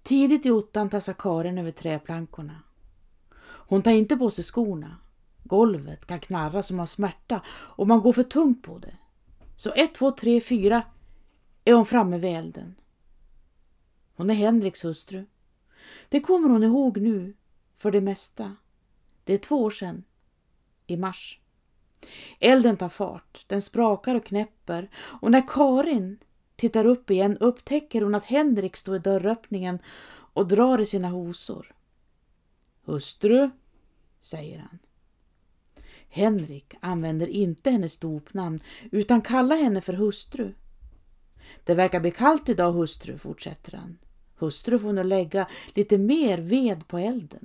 Tidigt i ottan tassar Karin över träplankorna. Hon tar inte på sig skorna. Golvet kan knarra som av smärta och man går för tungt på det. Så 1, 2, 3, 4 är hon framme vid elden. Hon är Henriks hustru. Det kommer hon ihåg nu för det mesta. Det är 2 år sedan. I mars. Elden tar fart. Den sprakar och knäpper. Och när Karin tittar upp igen upptäcker hon att Henrik står i dörröppningen och drar i sina hosor. Hustru, säger han. Henrik använder inte hennes dopnamn utan kallar henne för hustru. Det verkar bli kallt idag, hustru, fortsätter han. Hustru får nu lägga lite mer ved på elden.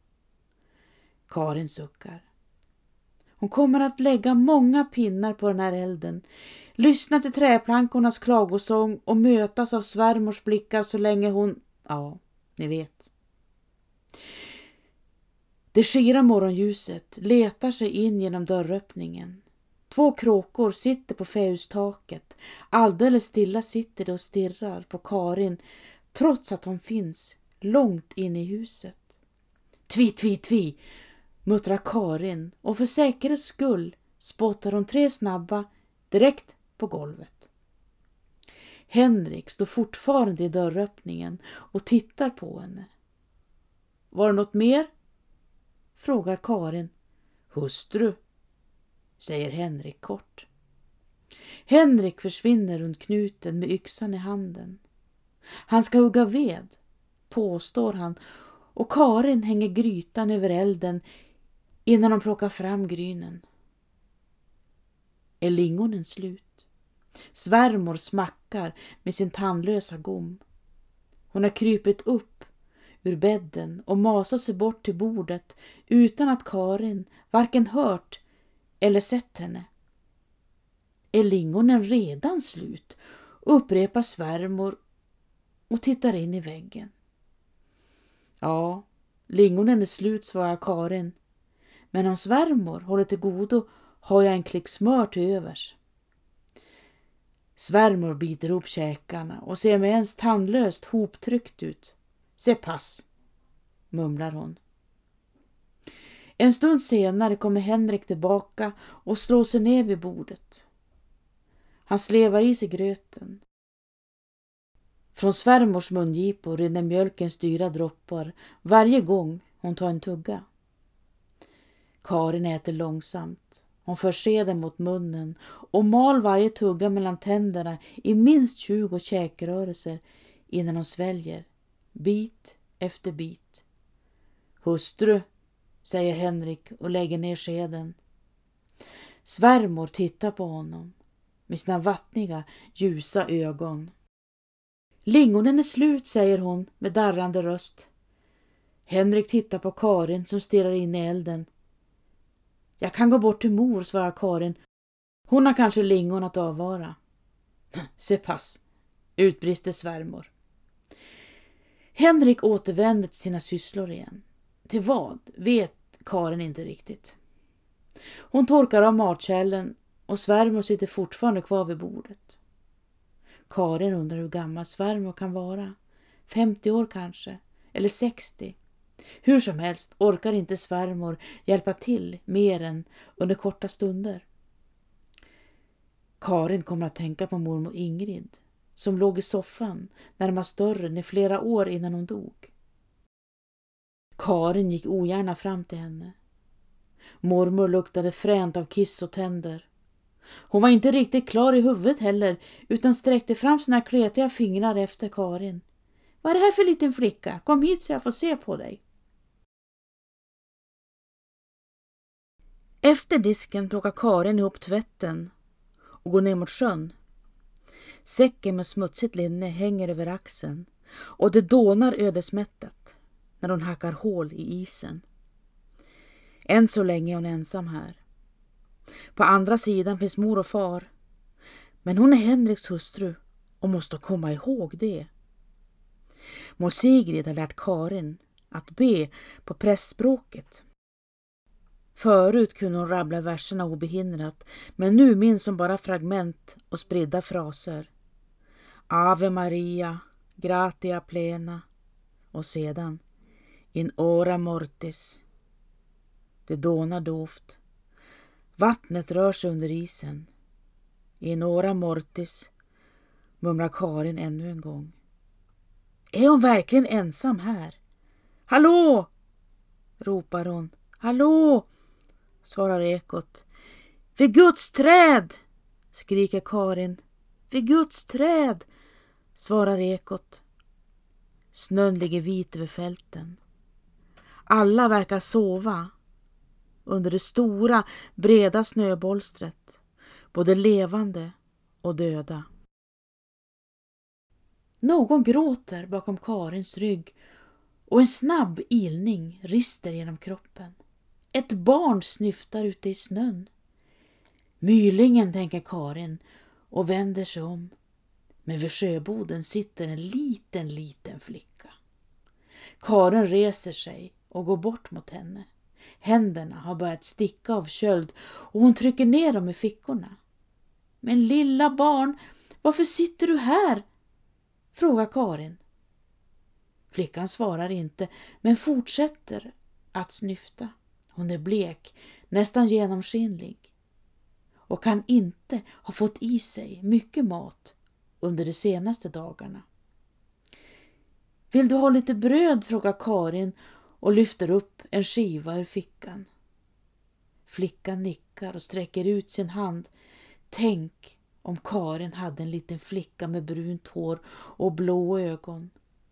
Karin suckar. Hon kommer att lägga många pinnar på den här elden, lyssna till träplankornas klagosång och mötas av svärmors blickar så länge hon... Ja, ni vet. Det skira morgonljuset letar sig in genom dörröppningen. 2 kråkor sitter på fähustaket. Alldeles stilla sitter de och stirrar på Karin trots att hon finns långt in i huset. Tvi, tvi, tvi, muttrar Karin och för säkerhets skull spottar hon 3 snabba direkt på golvet. Henrik står fortfarande i dörröppningen och tittar på henne. Var det något mer? Frågar Karin. Hustru, säger Henrik kort. Henrik försvinner runt knuten med yxan i handen. Han ska hugga ved, påstår han, och Karin hänger grytan över elden innan de plockar fram grynen. Är lingonen slut? Svärmor smackar med sin tandlösa gom. Hon har krypit upp ur bädden och masat sig bort till bordet utan att Karin varken hört eller sett henne. Är lingonen redan slut? Upprepar svärmor och tittar in i väggen. Ja, lingonen är slut, svarar Karin. Men om svärmor håller till godo har jag en klick smör till övers. Svärmor biter ihop käkarna och ser med ens tandlöst hoptryckt ut. Se pass, mumlar hon. En stund senare kommer Henrik tillbaka och slår sig ner vid bordet. Han slevar i sig gröten. Från svärmors mungipor rinner mjölkens dyra droppar varje gång hon tar en tugga. Karin äter långsamt. Hon för seden mot munnen och mal varje tugga mellan tänderna i minst 20 käkrörelser innan hon sväljer, bit efter bit. Hustru, säger Henrik och lägger ner skeden. Svärmor tittar på honom med sina vattniga, ljusa ögon. Lingonen är slut, säger hon med darrande röst. Henrik tittar på Karin som stirrar in i elden. Jag kan gå bort till mor, svarar Karin. Hon har kanske lingon att avvara. Se pass, utbrister svärmor. Henrik återvänder till sina sysslor igen. Till vad vet Karin inte riktigt. Hon torkar av matkällen och svärmor sitter fortfarande kvar vid bordet. Karin undrar hur gammal svärmor kan vara. 50 år kanske, eller 60. Hur som helst orkar inte svärmor hjälpa till mer än under korta stunder. Karin kommer att tänka på mormor Ingrid som låg i soffan närmast dörren i flera år innan hon dog. Karin gick ogärna fram till henne. Mormor luktade fränt av kiss och tänder. Hon var inte riktigt klar i huvudet heller utan sträckte fram sina kletiga fingrar efter Karin. Vad är det här för liten flicka? Kom hit så jag får se på dig. Efter disken plockar Karin ihop tvätten och går ner mot sjön. Säcken med smutsigt linne hänger över axeln och det dånar ödesmättat när hon hackar hål i isen. Än så länge är hon ensam här. På andra sidan finns mor och far. Men hon är Henriks hustru och måste komma ihåg det. Mor Sigrid har lärt Karin att be på prästspråket. Förut kunde hon rabbla verserna obehindrat, men nu minns hon bara fragment och spridda fraser. Ave Maria, gratia plena. och sedan in ora mortis. Det dånar dovt. Vattnet rör sig under isen. In ora mortis, mumlar Karin ännu en gång. Är hon verkligen ensam här? Hallå! Ropar hon. Hallå! Svarar ekot. Vid Guds träd! Skriker Karin. Vid Guds träd! Svarar ekot. Snön ligger vit över fälten. Alla verkar sova under det stora, breda snöbolstret, både levande och döda. Någon gråter bakom Karins rygg och en snabb ilning rister genom kroppen. Ett barn snyftar ute i snön. Mylingen, tänker Karin och vänder sig om. Men vid sjöboden sitter en liten flicka. Karin reser sig och går bort mot henne. Händerna har börjat sticka av köld och hon trycker ner dem i fickorna. Men lilla barn, varför sitter du här? Frågar Karin. Flickan svarar inte men fortsätter att snyfta. Hon är blek, nästan genomskinlig och kan inte ha fått i sig mycket mat under de senaste dagarna. Vill du ha lite bröd? Frågar Karin och lyfter upp en skiva ur fickan. Flickan nickar och sträcker ut sin hand. Tänk om Karin hade en liten flicka med brunt hår och blå ögon.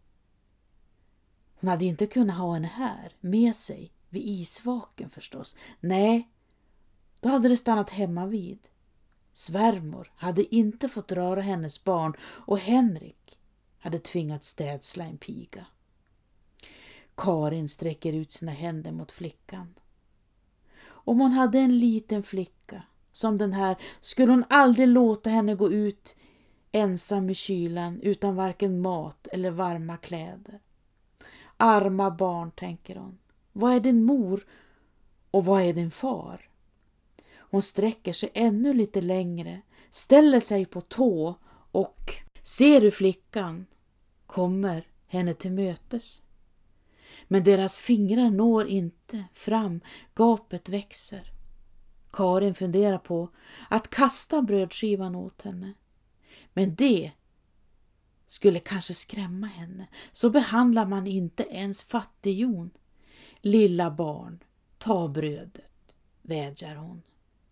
Hon hade inte kunnat ha henne här med sig vid isvaken förstås. Nej, då hade det stannat hemma vid. Svärmor hade inte fått röra hennes barn och Henrik hade tvingats städsla en piga. Karin sträcker ut sina händer mot flickan. Om hon hade en liten flicka som den här skulle hon aldrig låta henne gå ut ensam i kylan utan varken mat eller varma kläder. Arma barn, tänker hon. Vad är din mor och vad är din far? Hon sträcker sig ännu lite längre, ställer sig på tå och ser hur flickan kommer henne till mötes. Men deras fingrar når inte fram, gapet växer. Karin funderar på att kasta brödskivan åt henne. Men det skulle kanske skrämma henne. Så behandlar man inte ens fattighjon. Lilla barn, ta brödet, vädjar hon.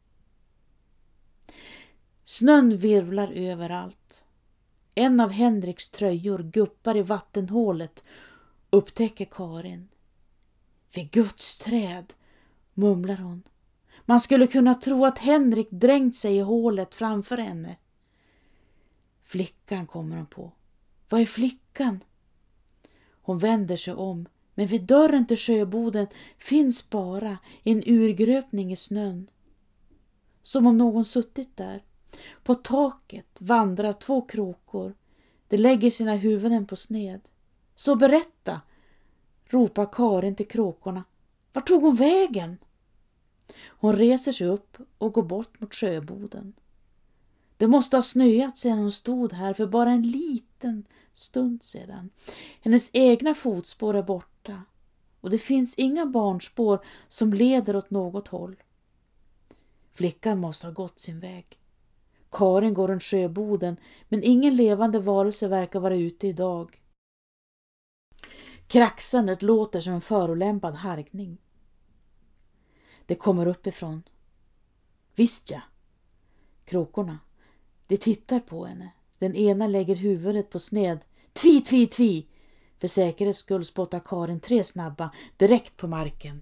Snön virvlar överallt. En av Henriks tröjor guppar i vattenhålet, upptäcker Karin. Vid Guds träd, mumlar hon. Man skulle kunna tro att Henrik drängt sig i hålet framför henne. Flickan kommer hon på. Vad är flickan? Hon vänder sig om, men vid dörren till sjöboden finns bara en urgröpning i snön. Som om någon suttit där. På taket vandrar 2 kråkor. De lägger sina huvuden på sned. Så berätta, ropar Karin till kråkorna. Var tog hon vägen? Hon reser sig upp och går bort mot sjöboden. Det måste ha snöat sedan hon stod här för bara en liten stund sedan. Hennes egna fotspår är borta och det finns inga barnspår som leder åt något håll. Flickan måste ha gått sin väg. Karin går runt sjöboden men ingen levande varelse verkar vara ute idag. Kraxandet låter som en förolämpad harkning. Det kommer uppifrån. Visst ja. Kråkorna. De tittar på henne. Den ena lägger huvudet på sned. Tvi, tvi, tvi. För säkerhets skull spottar Karin 3 snabba direkt på marken.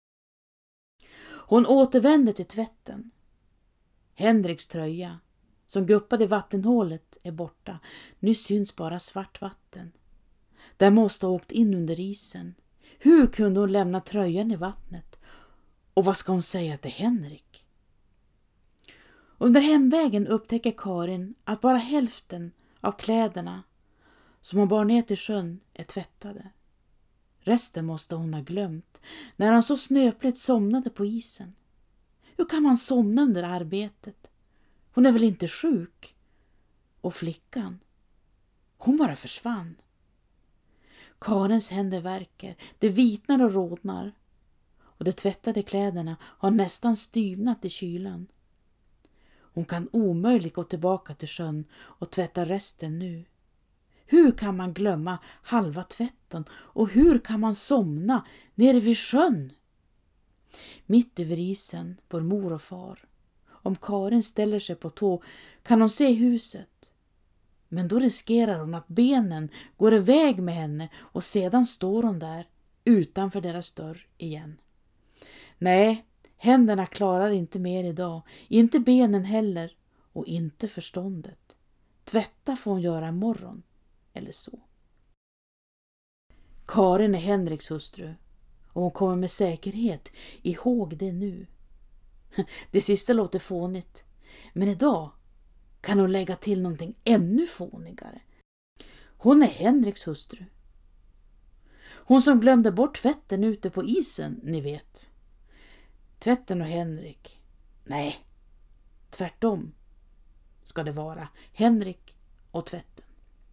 Hon återvänder till tvätten. Henriks tröja som guppade i vattenhålet är borta. Nu syns bara svart vatten. Där måste ha åkt in under isen. Hur kunde hon lämna tröjan i vattnet? Och vad ska hon säga till Henrik? Under hemvägen upptäcker Karin att bara hälften av kläderna som hon bar ner till sjön är tvättade. Resten måste hon ha glömt när hon så snöpligt somnade på isen. Hur kan man somna under arbetet? Hon är väl inte sjuk? Och flickan? Hon bara försvann. Karins händer värker, det vitnar och rodnar. Och de tvättade kläderna har nästan styvnat i kylan. Hon kan omöjligt gå tillbaka till sjön och tvätta resten nu. Hur kan man glömma halva tvätten och hur kan man somna nere vid sjön? Mitt över isen vår mor och far. Om Karin ställer sig på tå kan hon se huset. Men då riskerar hon att benen går iväg med henne och sedan står hon där utanför deras dörr igen. Nej, händerna klarar inte mer idag, inte benen heller och inte förståndet. Tvätta får hon göra imorgon eller så. Karin är Henriks hustru och hon kommer med säkerhet ihåg det nu. Det sista låter fånigt, men idag kan hon lägga till någonting ännu fånigare. Hon är Henriks hustru. Hon som glömde bort tvätten ute på isen, ni vet. Tvätten och Henrik. Nej, tvärtom ska det vara. Henrik och tvätten.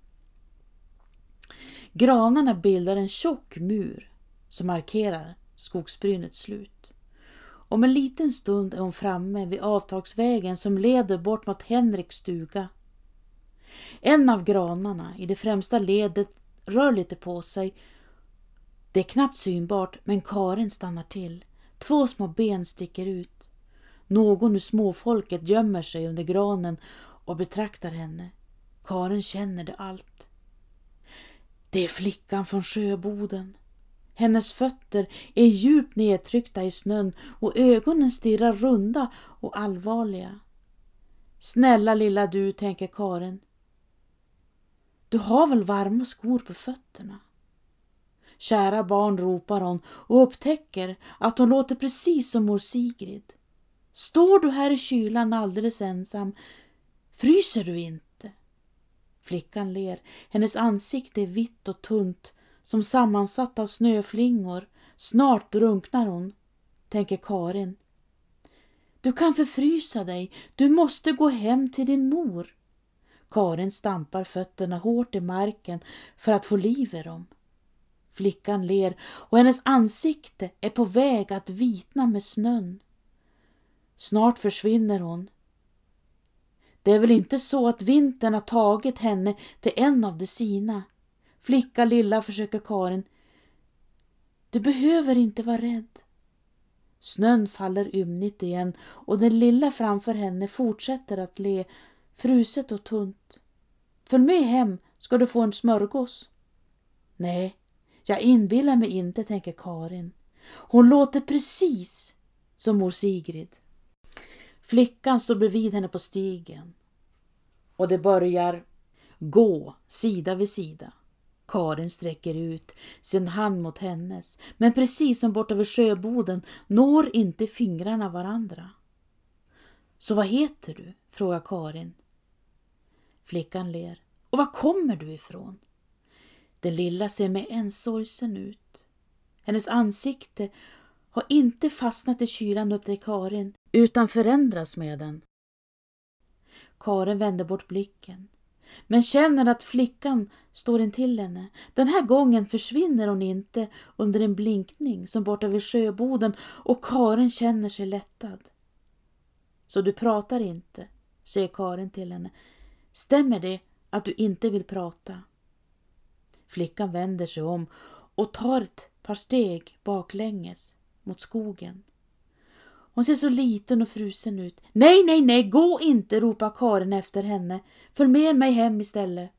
Granarna bildar en tjock mur som markerar skogsbrynets slut. Om en liten stund är hon framme vid avtagsvägen som leder bort mot Henriks stuga. En av granarna i det främsta ledet rör lite på sig. Det är knappt synbart, men Karin stannar till. 2 små ben sticker ut. Någon ur småfolket gömmer sig under granen och betraktar henne. Karin känner det allt. Det är flickan från Sjöboden. Hennes fötter är djupt nedtryckta i snön och ögonen stirrar runda och allvarliga. Snälla lilla du, tänker Karin. Du har väl varma skor på fötterna? Kära barn, ropar hon och upptäcker att hon låter precis som mor Sigrid. Står du här i kylan alldeles ensam? Fryser du inte? Flickan ler. Hennes ansikte är vitt och tunt som sammansatt av snöflingor. Snart drunknar hon, tänker Karin. Du kan förfrysa dig. Du måste gå hem till din mor. Karin stampar fötterna hårt i marken för att få liv i dem. Flickan ler och hennes ansikte är på väg att vitna med snön. Snart försvinner hon. Det är väl inte så att vintern har tagit henne till en av de sina. Flicka lilla, försöker Karin. Du behöver inte vara rädd. Snön faller ymnigt igen och den lilla framför henne fortsätter att le, fruset och tunt. Följ med hem, ska du få en smörgås. Nej, jag inbillar mig inte, tänker Karin. Hon låter precis som mor Sigrid. Flickan står bredvid henne på stigen och det börjar gå sida vid sida. Karin sträcker ut sin hand mot hennes, men precis som borta vid Sjöboden når inte fingrarna varandra. Så vad heter du? Frågar Karin. Flickan ler. Och var kommer du ifrån? Den lilla ser med en sorgsen ut. Hennes ansikte har inte fastnat i kylan upp till Karin, utan förändras med den. Karin vänder bort blicken, men känner att flickan står intill henne. Den här gången försvinner hon inte under en blinkning som borta vid Sjöboden och Karin känner sig lättad. Så du pratar inte, säger Karin till henne. Stämmer det att du inte vill prata? Flickan vänder sig om och tar ett par steg baklänges mot skogen. Hon ser så liten och frusen ut. Nej, gå inte, ropar Karin efter henne. Följ med mig hem istället.